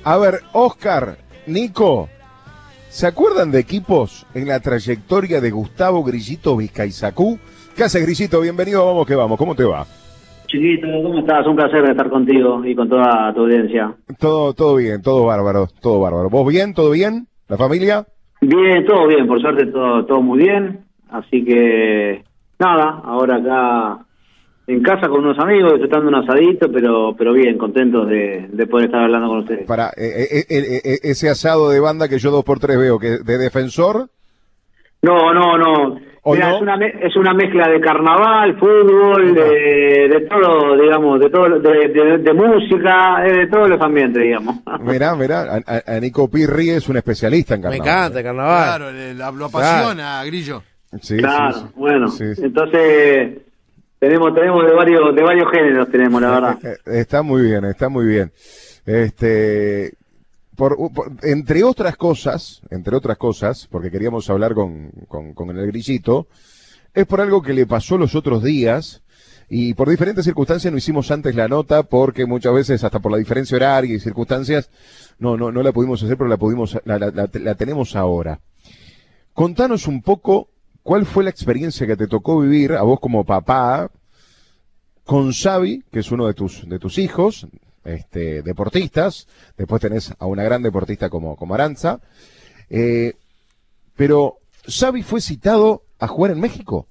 A ver, Oscar, Nico, ¿se acuerdan de equipos en la trayectoria de Gustavo Grillito Vizcaizacú? ¿Qué haces, Grillito? Bienvenido, vamos que vamos. ¿Cómo te va? Chiquito, ¿cómo estás? Un placer estar contigo y con toda tu audiencia. Todo bien, todo bárbaro, todo bárbaro. ¿Vos bien? ¿Todo bien? ¿La familia? Bien, todo bien, por suerte todo muy bien. Así que, nada, ahora acá en casa con unos amigos, disfrutando un asadito, pero bien, contentos de poder estar hablando con ustedes. Para ese asado de banda que yo 2x3 veo, que de Defensor. No. Mira, no? es una mezcla de carnaval, fútbol, de todo, digamos, de música, de todos los ambientes, digamos. Mirá, a Nico Pirri es un especialista en carnaval. Me encanta el carnaval. Claro, lo apasiona, Grillo. Sí, claro, sí. bueno, Sí. Entonces tenemos de varios géneros, tenemos, la verdad. Está muy bien. Entre otras cosas, porque queríamos hablar con el Grillito, es por algo que le pasó los otros días, y por diferentes circunstancias no hicimos antes la nota, porque muchas veces, hasta por la diferencia horaria y circunstancias, no la pudimos hacer, pero la tenemos ahora. Contanos un poco cuál fue la experiencia que te tocó vivir, a vos como papá, con Xavi, que es uno de tus hijos, deportistas. Después tenés a una gran deportista como Arantxa, pero Xavi fue citado a jugar en México.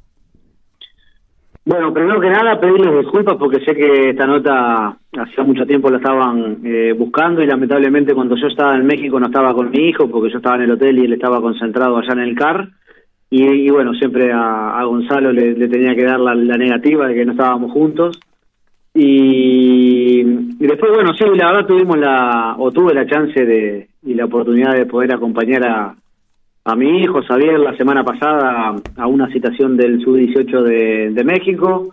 Bueno, primero que nada pedirles disculpas porque sé que esta nota hacía mucho tiempo la estaban buscando y lamentablemente cuando yo estaba en México no estaba con mi hijo porque yo estaba en el hotel y él estaba concentrado allá en el CAR y bueno, siempre a Gonzalo le tenía que dar la negativa de que no estábamos juntos. Y después, bueno, sí, la verdad tuve la chance y la oportunidad de poder acompañar a mi hijo Xavier la semana pasada a una citación del Sub-18 de México.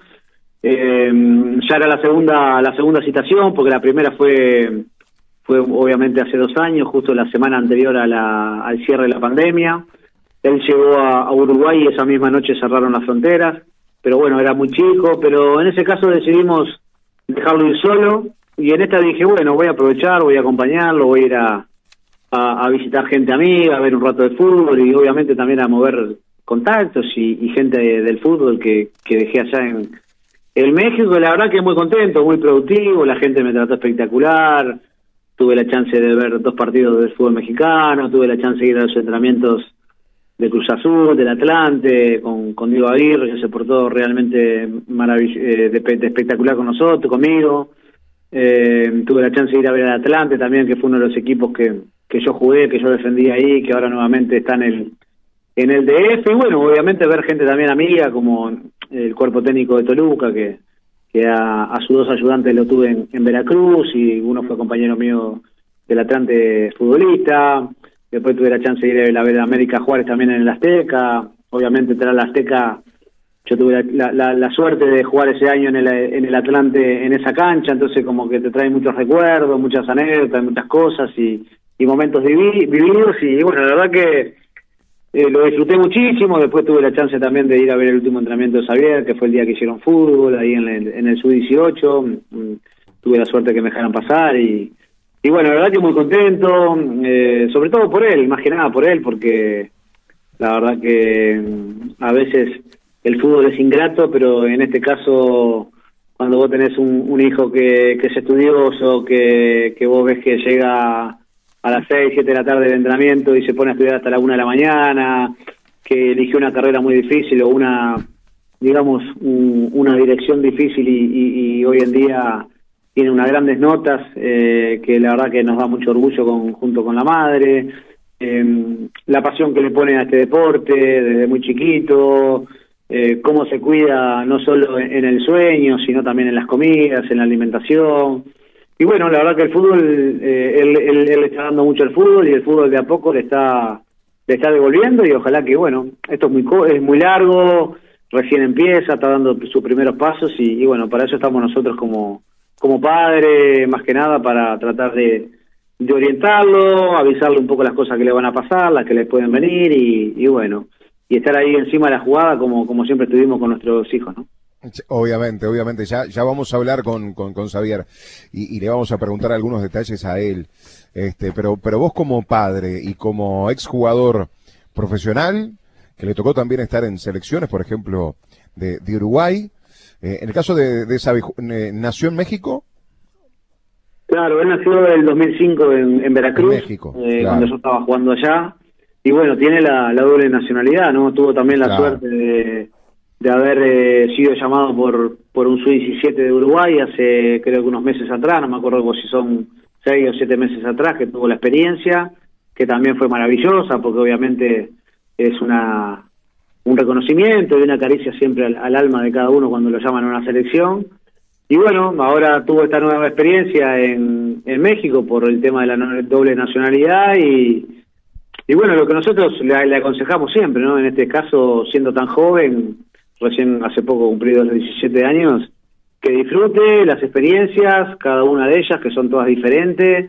Ya era la segunda citación, porque la primera fue obviamente hace 2 años, justo la semana anterior al cierre de la pandemia. Él llegó a Uruguay y esa misma noche cerraron las fronteras, pero bueno, era muy chico, pero en ese caso decidimos dejarlo ir solo, y en esta dije, bueno, voy a aprovechar, voy a acompañarlo, voy a ir a visitar gente amiga, a ver un rato de fútbol y obviamente también a mover contactos y gente del fútbol que dejé allá en México. La verdad que muy contento, muy productivo, la gente me trató espectacular, tuve la chance de ver 2 partidos del fútbol mexicano, tuve la chance de ir a los entrenamientos de Cruz Azul, del Atlante, con Diego Aguirre, que se portó realmente espectacular con nosotros, conmigo. Tuve la chance de ir a ver al Atlante también, que fue uno de los equipos que yo jugué, que yo defendí ahí, que ahora nuevamente está en el DF. Y bueno, obviamente ver gente también amiga, como el cuerpo técnico de Toluca, que a sus 2 ayudantes lo tuve en Veracruz, y uno fue compañero mío del Atlante futbolista. Después tuve la chance de ir a ver a América Juárez también en el Azteca. Obviamente entrar al Azteca, yo tuve la suerte de jugar ese año en el Atlante, en esa cancha, entonces como que te trae muchos recuerdos, muchas anécdotas, muchas cosas y momentos vividos, y bueno, la verdad que lo disfruté muchísimo. Después tuve la chance también de ir a ver el último entrenamiento de Xavier, que fue el día que hicieron fútbol, ahí en el Sub-18, tuve la suerte que me dejaran pasar y bueno, la verdad que muy contento, sobre todo por él, más que nada por él, porque la verdad que a veces el fútbol es ingrato, pero en este caso, cuando vos tenés un hijo que es estudioso, que vos ves que llega a las 6, 7 de la tarde de entrenamiento y se pone a estudiar hasta la 1 de la mañana, que eligió una carrera muy difícil o una dirección difícil y hoy en día tiene unas grandes notas, que la verdad que nos da mucho orgullo junto con la madre, la pasión que le pone a este deporte desde muy chiquito, cómo se cuida no solo en el sueño, sino también en las comidas, en la alimentación. Y bueno, la verdad que el fútbol, él le está dando mucho al fútbol, y el fútbol de a poco le está devolviendo, y ojalá que, bueno, esto es muy largo, recién empieza, está dando sus primeros pasos, y bueno, para eso estamos nosotros como padre, más que nada, para tratar de orientarlo, avisarle un poco las cosas que le van a pasar, las que le pueden venir, y bueno, y estar ahí encima de la jugada como siempre estuvimos con nuestros hijos, ¿no? Obviamente, ya vamos a hablar con Xavier y le vamos a preguntar algunos detalles a él. Pero vos como padre y como exjugador profesional, que le tocó también estar en selecciones, por ejemplo, de Uruguay, en el caso de Xavi, ¿nació en México? Claro, él nació en el 2005 en Veracruz, En México, claro. cuando yo estaba jugando allá, y bueno, tiene la doble nacionalidad, ¿no? Tuvo también la suerte de haber sido llamado por un Sub-17 de Uruguay hace creo que unos meses atrás, no me acuerdo si son 6 o 7 meses atrás, que tuvo la experiencia, que también fue maravillosa, porque obviamente es un reconocimiento y una caricia siempre al alma de cada uno cuando lo llaman a una selección. Y bueno, ahora tuvo esta nueva experiencia en México por el tema de la doble nacionalidad y bueno, lo que nosotros le aconsejamos siempre, ¿no? En este caso, siendo tan joven, recién hace poco cumplido los 17 años, que disfrute las experiencias, cada una de ellas, que son todas diferentes,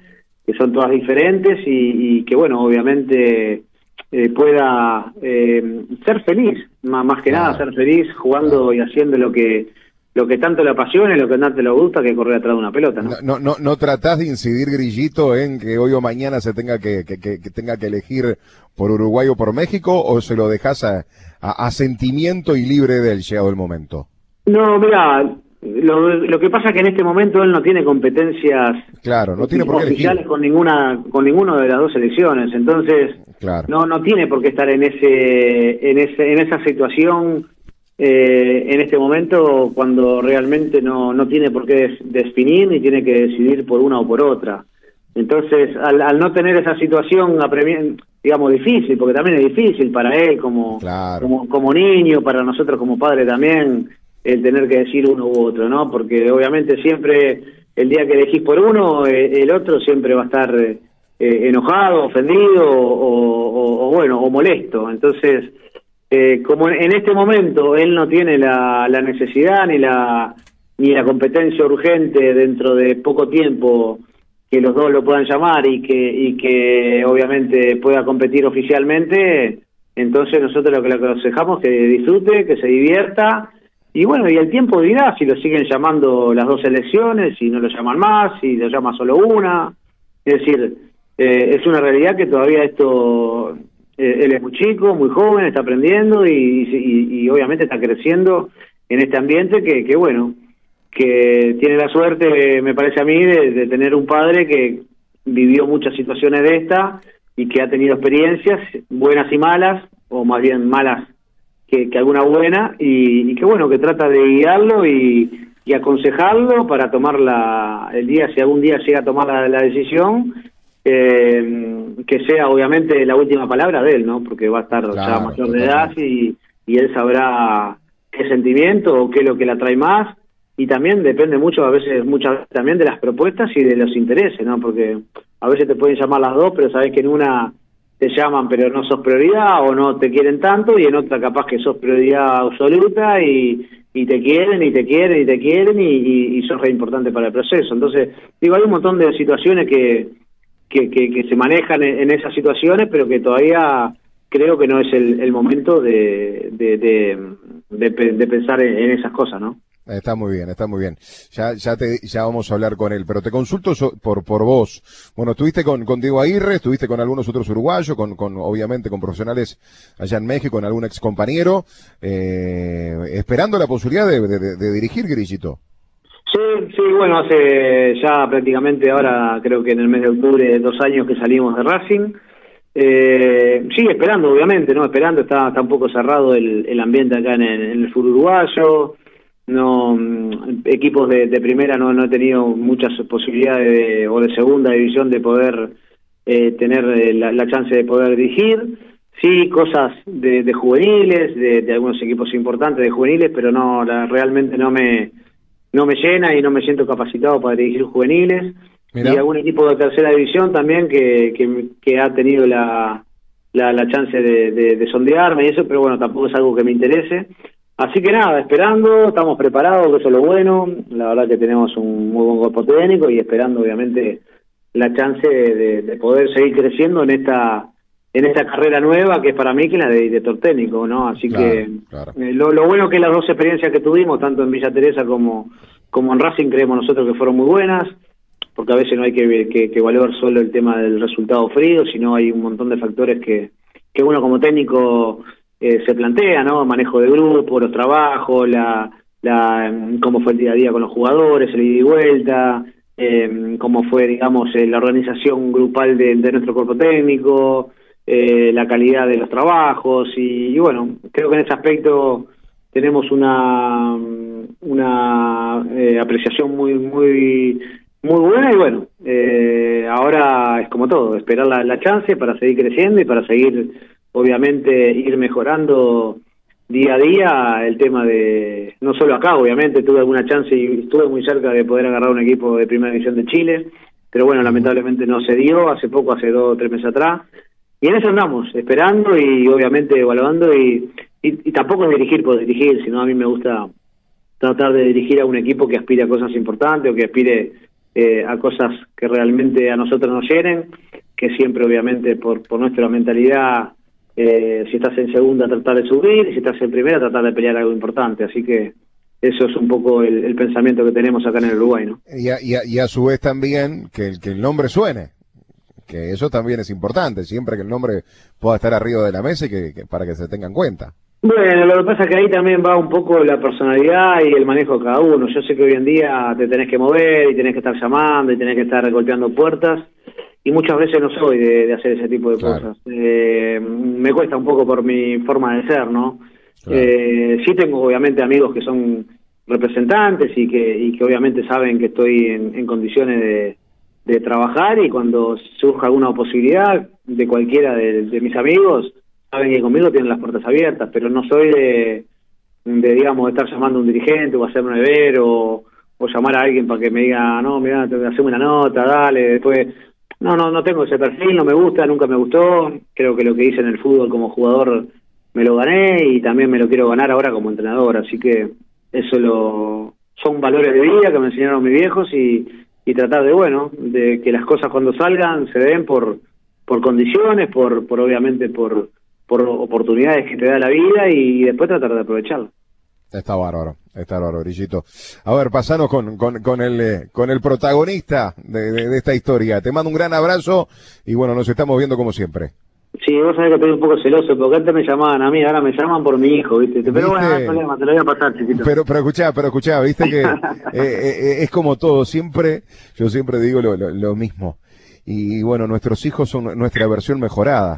y que bueno, obviamente pueda ser feliz, más que nada ser feliz jugando y haciendo lo que tanto le apasiona y lo que tanto le gusta, que correr atrás de una pelota, ¿no? No tratás de incidir, Grillito, en que hoy o mañana se tenga que tenga que elegir por Uruguay o por México, o se lo dejás a sentimiento y libre de él llegado el momento. No, mira, lo que pasa es que en este momento él no tiene competencias no tiene por qué oficiales con ninguno de las dos selecciones, entonces no tiene por qué estar en esa situación en este momento, cuando realmente no tiene por qué definir ni tiene que decidir por una o por otra. Entonces, al no tener esa situación, digamos, difícil, porque también es difícil para él como niño, para nosotros como padre también, el tener que decir uno u otro, ¿no? Porque obviamente siempre, el día que elegís por uno, el otro siempre va a estar enojado, ofendido o molesto. Entonces, como en este momento él no tiene la necesidad ni la competencia urgente dentro de poco tiempo que los dos lo puedan llamar y que obviamente pueda competir oficialmente, entonces nosotros lo que le aconsejamos es que disfrute, que se divierta, y bueno, y el tiempo dirá si lo siguen llamando las dos selecciones, si no lo llaman más, si lo llama solo una. Es decir, es una realidad que todavía esto... él es muy chico, muy joven, está aprendiendo y obviamente está creciendo en este ambiente que bueno, que tiene la suerte, me parece a mí, de tener un padre que vivió muchas situaciones de esta y que ha tenido experiencias buenas y malas, o más bien malas que alguna buena, y que bueno, que trata de guiarlo y aconsejarlo para tomar si algún día llega a tomar la decisión, que sea obviamente la última palabra de él, ¿no? Porque va a estar ya mayor de edad y él sabrá qué sentimiento o qué es lo que le atrae más, y también depende muchas veces también de las propuestas y de los intereses, ¿no? Porque a veces te pueden llamar las dos, pero sabes que en una te llaman pero no sos prioridad o no te quieren tanto, y en otra capaz que sos prioridad absoluta y te quieren y sos re importante para el proceso. Entonces, digo, hay un montón de situaciones que se manejan en esas situaciones, pero que todavía creo que no es el momento de pensar en esas cosas, ¿no? Está muy bien. Ya vamos a hablar con él, pero te consulto por vos. Bueno, estuviste con Diego Aguirre, estuviste con algunos otros uruguayos, obviamente con profesionales allá en México, con algún ex compañero, esperando la posibilidad de dirigir, Grillito. Sí, bueno, hace ya prácticamente ahora, creo que en el mes de octubre, 2 años que salimos de Racing. Sigue esperando, obviamente, ¿no? Está un poco cerrado el ambiente acá en el sur uruguayo. No, equipos de primera no he tenido muchas posibilidades o de segunda división de poder tener la chance de poder dirigir. Sí, cosas de juveniles, de algunos equipos importantes de juveniles, pero realmente no me llena y no me siento capacitado para dirigir juveniles. Mirá. Y algún equipo de tercera división también que ha tenido la chance de sondearme y eso, pero bueno, tampoco es algo que me interese. Así que nada, esperando, estamos preparados, que eso es lo bueno. La verdad que tenemos un muy buen cuerpo técnico y esperando obviamente la chance de poder seguir creciendo en esta en esta carrera nueva que es para mí que es la de director técnico, ¿no? Así que lo bueno que las dos experiencias que tuvimos, tanto en Villa Teresa como en Racing, creemos nosotros que fueron muy buenas, porque a veces no hay que evaluar solo el tema del resultado frío, sino hay un montón de factores que uno como técnico se plantea, ¿no? Manejo de grupo, los trabajos, cómo fue el día a día con los jugadores, el ida y vuelta, cómo fue, digamos, la organización grupal de nuestro cuerpo técnico, la calidad de los trabajos y bueno, creo que en ese aspecto tenemos una apreciación muy buena y bueno, ahora es como todo, esperar la chance para seguir creciendo y para seguir, obviamente, ir mejorando día a día el tema de, no solo acá, obviamente, tuve alguna chance y estuve muy cerca de poder agarrar un equipo de Primera División de Chile, pero bueno, lamentablemente no se dio, hace 2 o 3 meses atrás, y en eso andamos, esperando y obviamente evaluando y tampoco es dirigir por dirigir, sino a mí me gusta tratar de dirigir a un equipo que aspire a cosas importantes o que aspire a cosas que realmente a nosotros nos llenen, que siempre obviamente por nuestra mentalidad, si estás en segunda tratar de subir, y si estás en primera tratar de pelear algo importante, así que eso es un poco el pensamiento que tenemos acá en el Uruguay, ¿no? Y a su vez también que el nombre suene, que eso también es importante, siempre que el nombre pueda estar arriba de la mesa y que para que se tenga en cuenta. Bueno, lo que pasa es que ahí también va un poco la personalidad y el manejo de cada uno. Yo sé que hoy en día te tenés que mover y tenés que estar llamando y tenés que estar golpeando puertas y muchas veces no soy de hacer ese tipo de cosas. Me cuesta un poco por mi forma de ser, ¿no? Sí tengo obviamente amigos que son representantes y que obviamente saben que estoy en condiciones de trabajar y cuando surja alguna posibilidad de cualquiera de mis amigos, saben que conmigo tienen las puertas abiertas, pero no soy de digamos, de estar llamando a un dirigente o hacerme ver o llamar a alguien para que me diga, no, mira, haceme una nota, dale, después... No tengo ese perfil, no me gusta, nunca me gustó, creo que lo que hice en el fútbol como jugador me lo gané y también me lo quiero ganar ahora como entrenador, así que eso son valores de vida que me enseñaron mis viejos y tratar de que las cosas cuando salgan se den por condiciones, por obviamente por oportunidades que te da la vida y después tratar de aprovecharlo. Está bárbaro, Grillito. A ver, pasanos con el protagonista de esta historia. Te mando un gran abrazo y bueno, nos estamos viendo como siempre. Sí, vos sabés que estoy un poco celoso, porque antes me llamaban a mí, ahora me llaman por mi hijo, ¿viste? Pero bueno, no hay problema, te lo voy a pasar, chiquito. Pero escuchá, viste que es como todo, yo siempre digo lo mismo. Y bueno, nuestros hijos son nuestra versión mejorada.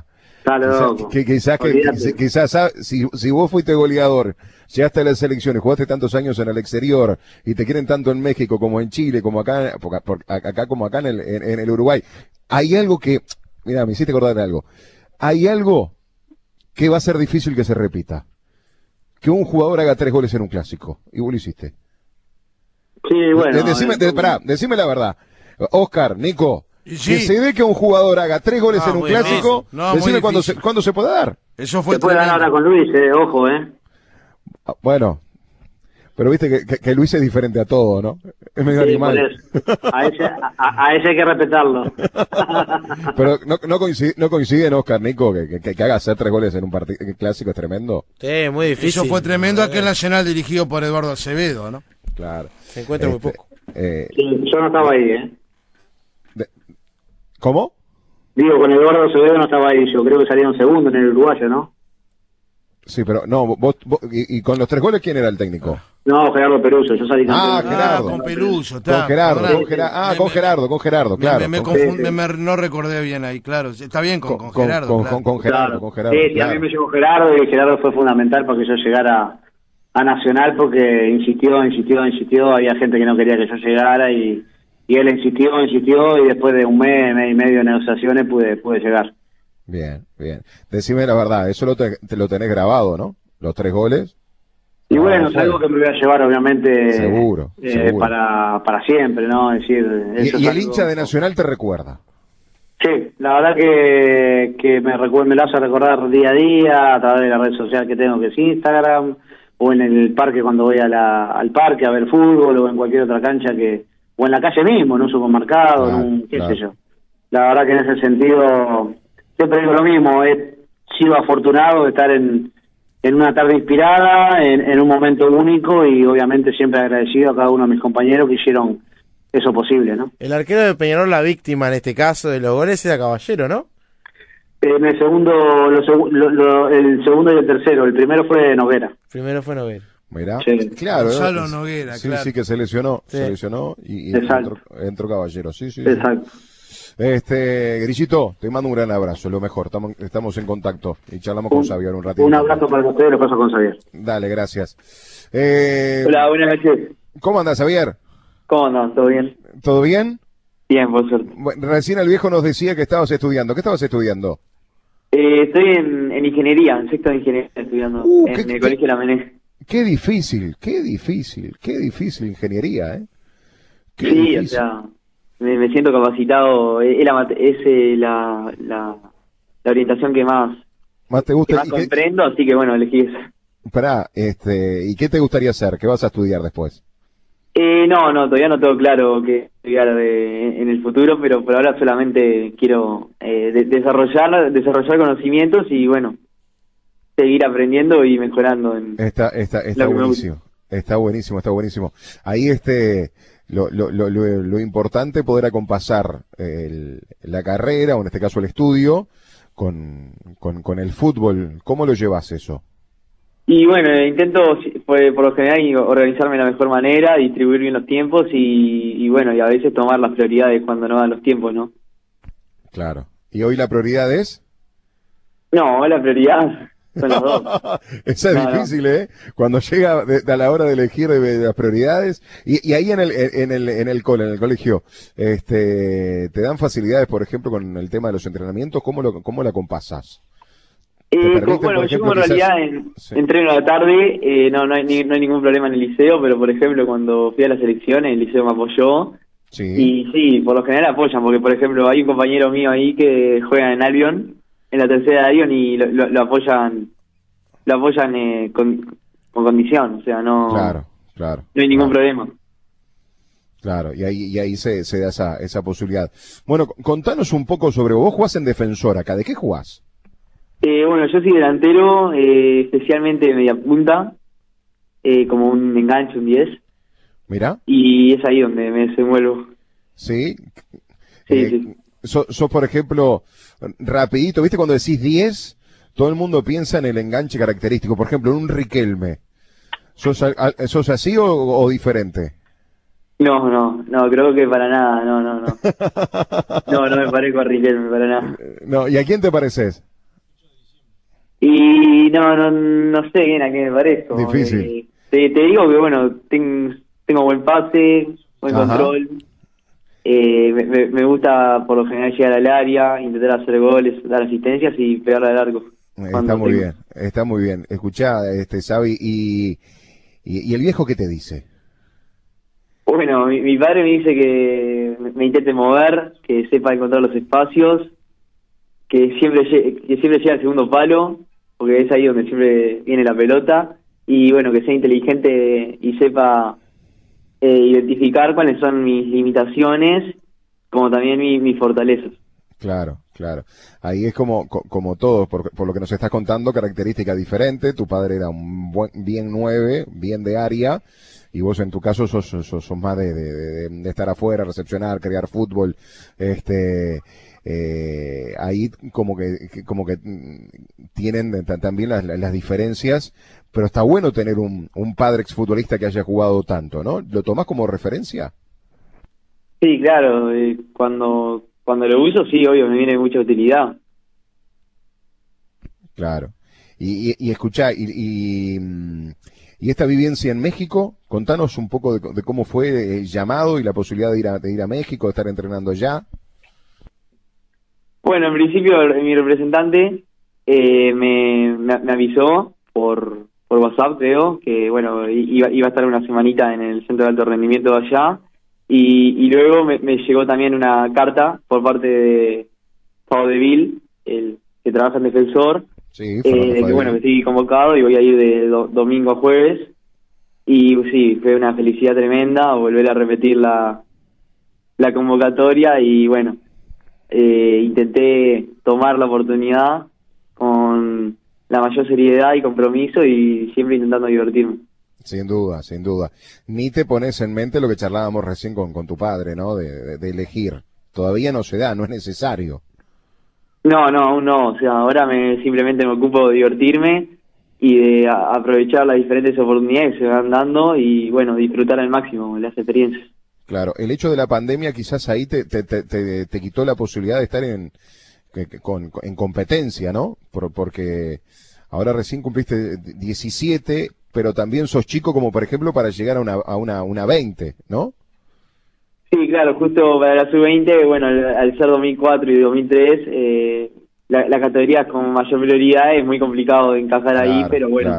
Quizás si vos fuiste goleador, llegaste a la selección y jugaste tantos años en el exterior y te quieren tanto en México como en Chile, como acá, como acá en el Uruguay, hay algo que, mira, me hiciste acordar de algo. Hay algo que va a ser difícil que se repita. Que un jugador haga 3 goles en un clásico. Y vos lo hiciste. Sí, bueno. Decime la verdad. Oscar, Nico, sí. Que se ve que un jugador haga 3 goles en un clásico, decime cuándo se puede dar. Eso fue se puede dar ahora con Luis, ojo, Bueno, pero viste que Luis es diferente a todo, ¿no? Es medio animal. A ese hay que respetarlo. Pero no coinciden, Oscar, Nico, que haga hacer 3 goles en un partido clásico es tremendo. Sí, muy difícil. Eso fue tremendo aquel Nacional dirigido por Eduardo Acevedo, ¿no? Claro. Se encuentra muy poco. Sí, yo no estaba ahí, ¿Cómo? Digo, con Eduardo Acevedo no estaba ahí, yo creo que salieron segundo en el uruguayo, ¿no? Sí, pero no, vos y con los 3 goles, ¿quién era el técnico? No, Gerardo Peruso, yo salí campeón. Gerardo. Con Peluso, está. Con Gerardo, claro. Me confundí, no recordé bien ahí, claro. Está bien con Gerardo. Con Gerardo. Sí, claro. A mí me llegó Gerardo y Gerardo fue fundamental para que yo llegara a Nacional porque insistió, había gente que no quería que yo llegara y él insistió y después de un mes y medio de negociaciones pude llegar. Bien. Decime la verdad, eso te lo tenés grabado, ¿no? Los 3 goles. Y bueno, es algo que me voy a llevar obviamente seguro. Para siempre, ¿no? Es decir, y el hincha de Nacional te recuerda. Sí, la verdad que me lo hace recordar día a día a través de la red social que tengo, que es Instagram, o en el parque cuando voy al parque a ver fútbol, o en cualquier otra cancha o en la calle mismo, en un supermercado, sé yo. La verdad que en ese sentido siempre digo lo mismo, he sido afortunado de estar en una tarde inspirada, en un momento único y obviamente siempre agradecido a cada uno de mis compañeros que hicieron eso posible, ¿no? El arquero de Peñarol, la víctima en este caso de los goles, era Caballero, ¿no? En el segundo, el segundo y el tercero, el primero fue Noguera. Primero fue Noguera. Mirá, Sí. claro. Gonzalo Noguera, sí, claro. Sí, que se lesionó, Sí. y Exacto. entró Caballero, sí. Exacto. Grillito, te mando un gran abrazo, lo mejor, estamos en contacto y charlamos con Xavier un ratito. Un abrazo para ustedes, lo paso con Xavier. Dale, gracias. Hola, buenas noches. ¿Cómo andas, Xavier? ¿Cómo andas? ¿Todo bien? ¿Todo bien? Bien, por suerte. Bueno, recién el viejo nos decía que estabas estudiando. ¿Qué estabas estudiando? Estoy en ingeniería, en sexto de ingeniería, estudiando en el colegio La Menés. Qué difícil ingeniería, ¿eh? Qué Sí, difícil. o sea, me siento capacitado. Es la orientación que más Más te gusta. comprendo, así que bueno, elegí esa. Pará, ¿y qué te gustaría hacer? ¿Qué vas a estudiar después? No, todavía no tengo claro qué estudiar en el futuro, pero por ahora solamente quiero desarrollar conocimientos y bueno, seguir aprendiendo y mejorando. Está buenísimo. Está buenísimo. Ahí lo importante poder acompasar la carrera, o en este caso el estudio, con el fútbol. ¿Cómo lo llevas eso? Y bueno, intento por lo general organizarme de la mejor manera, distribuir bien los tiempos y bueno, y a veces tomar las prioridades cuando no dan los tiempos, ¿no? Claro. ¿Y hoy la prioridad es? No, la prioridad son los dos. Esa es difícil, ¿eh? Cuando llega a la hora de elegir de las prioridades. Y ahí en el colegio, ¿te dan facilidades, por ejemplo, con el tema de los entrenamientos? ¿Cómo la compasas? Bueno, yo como en realidad entreno a la tarde, no hay ningún problema en el liceo, pero por ejemplo cuando fui a las elecciones el liceo me apoyó. Sí. Y sí, por lo general apoyan, porque por ejemplo hay un compañero mío ahí que juega en Albion, en la tercera de Albion, y lo apoyan con condición, o sea, no hay ningún problema. Claro, y ahí se da esa posibilidad. Bueno, contanos un poco sobre vos. Jugás en Defensor acá, ¿de qué jugás? Bueno, yo soy delantero, especialmente media punta, como un enganche, un 10. Mirá. Y es ahí donde me desenvuelvo. Sí. Sí. Sos, por ejemplo, rapidito, ¿viste? Cuando decís 10, todo el mundo piensa en el enganche característico. Por ejemplo, en un Riquelme. ¿Sos así o diferente? No, creo que para nada, no. No me parezco a Riquelme, para nada. No, ¿y a quién te pareces? Y no sé bien a qué me parezco. Difícil. Te digo que bueno, tengo buen pase, buen control. Me gusta por lo general llegar al área, intentar hacer goles, dar asistencias y pegarle al arco. Está muy bien. Escuchá, Xavi, y el viejo, ¿qué te dice? Bueno, mi padre me dice que me intente mover, que sepa encontrar los espacios, que siempre llegue al segundo palo, porque es ahí donde siempre viene la pelota, y bueno, que sea inteligente y sepa identificar cuáles son mis limitaciones, como también mis fortalezas. Claro. Ahí es como todo, por lo que nos estás contando, característica diferente. Tu padre era un bien 9, bien de área, y vos en tu caso sos más de estar afuera, recepcionar, crear fútbol. Ahí como que tienen también las diferencias, pero está bueno tener un padre exfutbolista que haya jugado tanto, ¿no? ¿Lo tomás como referencia? Sí, claro, cuando lo uso, sí, obvio, me viene mucha utilidad. Claro. Y escuchá, y esta vivencia en México, contanos un poco de cómo fue el llamado y la posibilidad de ir a México, de estar entrenando allá. Bueno, en principio mi representante me avisó por WhatsApp, creo, que bueno, iba a estar una semanita en el centro de alto rendimiento de allá, y luego me llegó también una carta por parte de Pau de Vil, el que trabaja en Defensor, sí, de que bueno, que estoy convocado y voy a ir de domingo a jueves, y sí, fue una felicidad tremenda volver a repetir la convocatoria, y bueno, intenté tomar la oportunidad con la mayor seriedad y compromiso y siempre intentando divertirme. Sin duda, sin duda. Ni te pones en mente lo que charlábamos recién con tu padre, ¿no? De elegir. Todavía no se da, no es necesario. No, aún no. O sea, ahora simplemente me ocupo de divertirme y de aprovechar las diferentes oportunidades que se van dando y, bueno, disfrutar al máximo las experiencias. Claro, el hecho de la pandemia quizás ahí te quitó la posibilidad de estar en competencia, ¿no? Porque ahora recién cumpliste 17, pero también sos chico como, por ejemplo, para llegar a una 20, ¿no? Sí, claro, justo para la sub-20, bueno, al ser 2004 y 2003, la categoría con mayor prioridad es muy complicado de encajar ahí, pero bueno.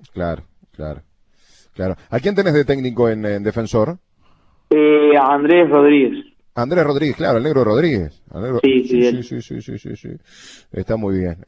Claro. ¿A quién tenés de técnico en Defensor? Andrés Rodríguez. Andrés Rodríguez, claro, el negro Rodríguez. Sí. Está muy bien.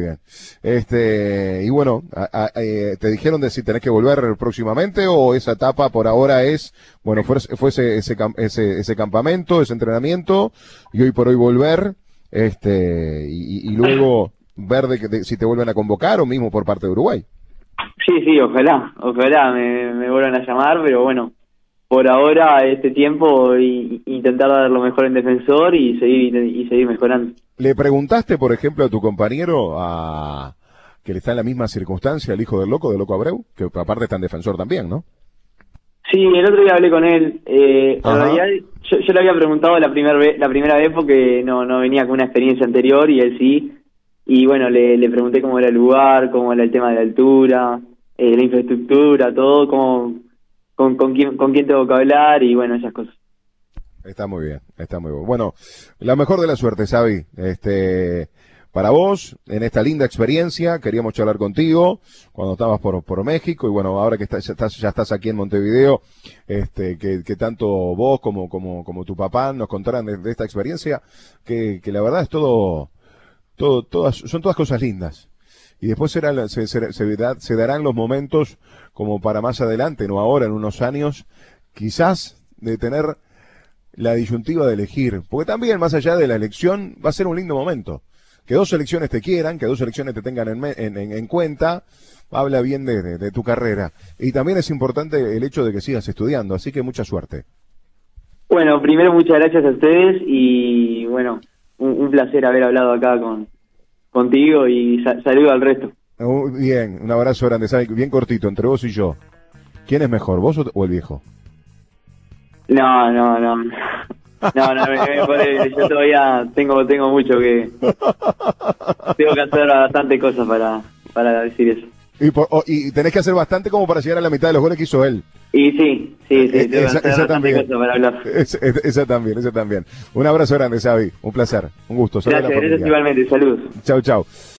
Y bueno, ¿te dijeron de si tenés que volver próximamente o esa etapa por ahora es, bueno, fue ese campamento, ese entrenamiento y hoy por hoy volver, y luego ver si te vuelven a convocar o mismo por parte de Uruguay? Sí, ojalá me vuelvan a llamar, pero bueno, por ahora, este tiempo, intentar dar lo mejor en Defensor y seguir mejorando. ¿Le preguntaste, por ejemplo, a tu compañero que le está en la misma circunstancia, el hijo del Loco Abreu, que aparte está en Defensor también, ¿no? Sí, el otro día hablé con él. En realidad, yo le había preguntado la primera vez porque no venía con una experiencia anterior y él sí. Y bueno, le pregunté cómo era el lugar, cómo era el tema de la altura, la infraestructura, todo, con quién tengo que hablar y bueno, esas cosas. Está muy bien. Bueno, la mejor de la suerte, Xavi. Para vos, en esta linda experiencia, queríamos charlar contigo cuando estabas por México y bueno, ahora que ya estás aquí en Montevideo, que tanto vos como tu papá nos contaran de esta experiencia, que la verdad es son todas cosas lindas. Y después se darán los momentos como para más adelante, no ahora, en unos años, quizás de tener la disyuntiva de elegir. Porque también, más allá de la elección, va a ser un lindo momento. Que dos selecciones te quieran, que dos selecciones te tengan en cuenta, habla bien de tu carrera. Y también es importante el hecho de que sigas estudiando, así que mucha suerte. Bueno, primero muchas gracias a ustedes y bueno, un placer haber hablado acá contigo y saludo al resto. Bien, un abrazo grande, ¿sabes? Bien cortito, entre vos y yo. ¿Quién es mejor, vos o el viejo? No, yo todavía tengo mucho que... Tengo que hacer bastante cosas para decir eso. Y tenés que hacer bastante como para llegar a la mitad de los goles que hizo él. Y sí, tengo que hacer bastante cosas para hablar. Esa también. Un abrazo grande, Xavi, un placer, un gusto. Gracias igualmente, saludos. Chau.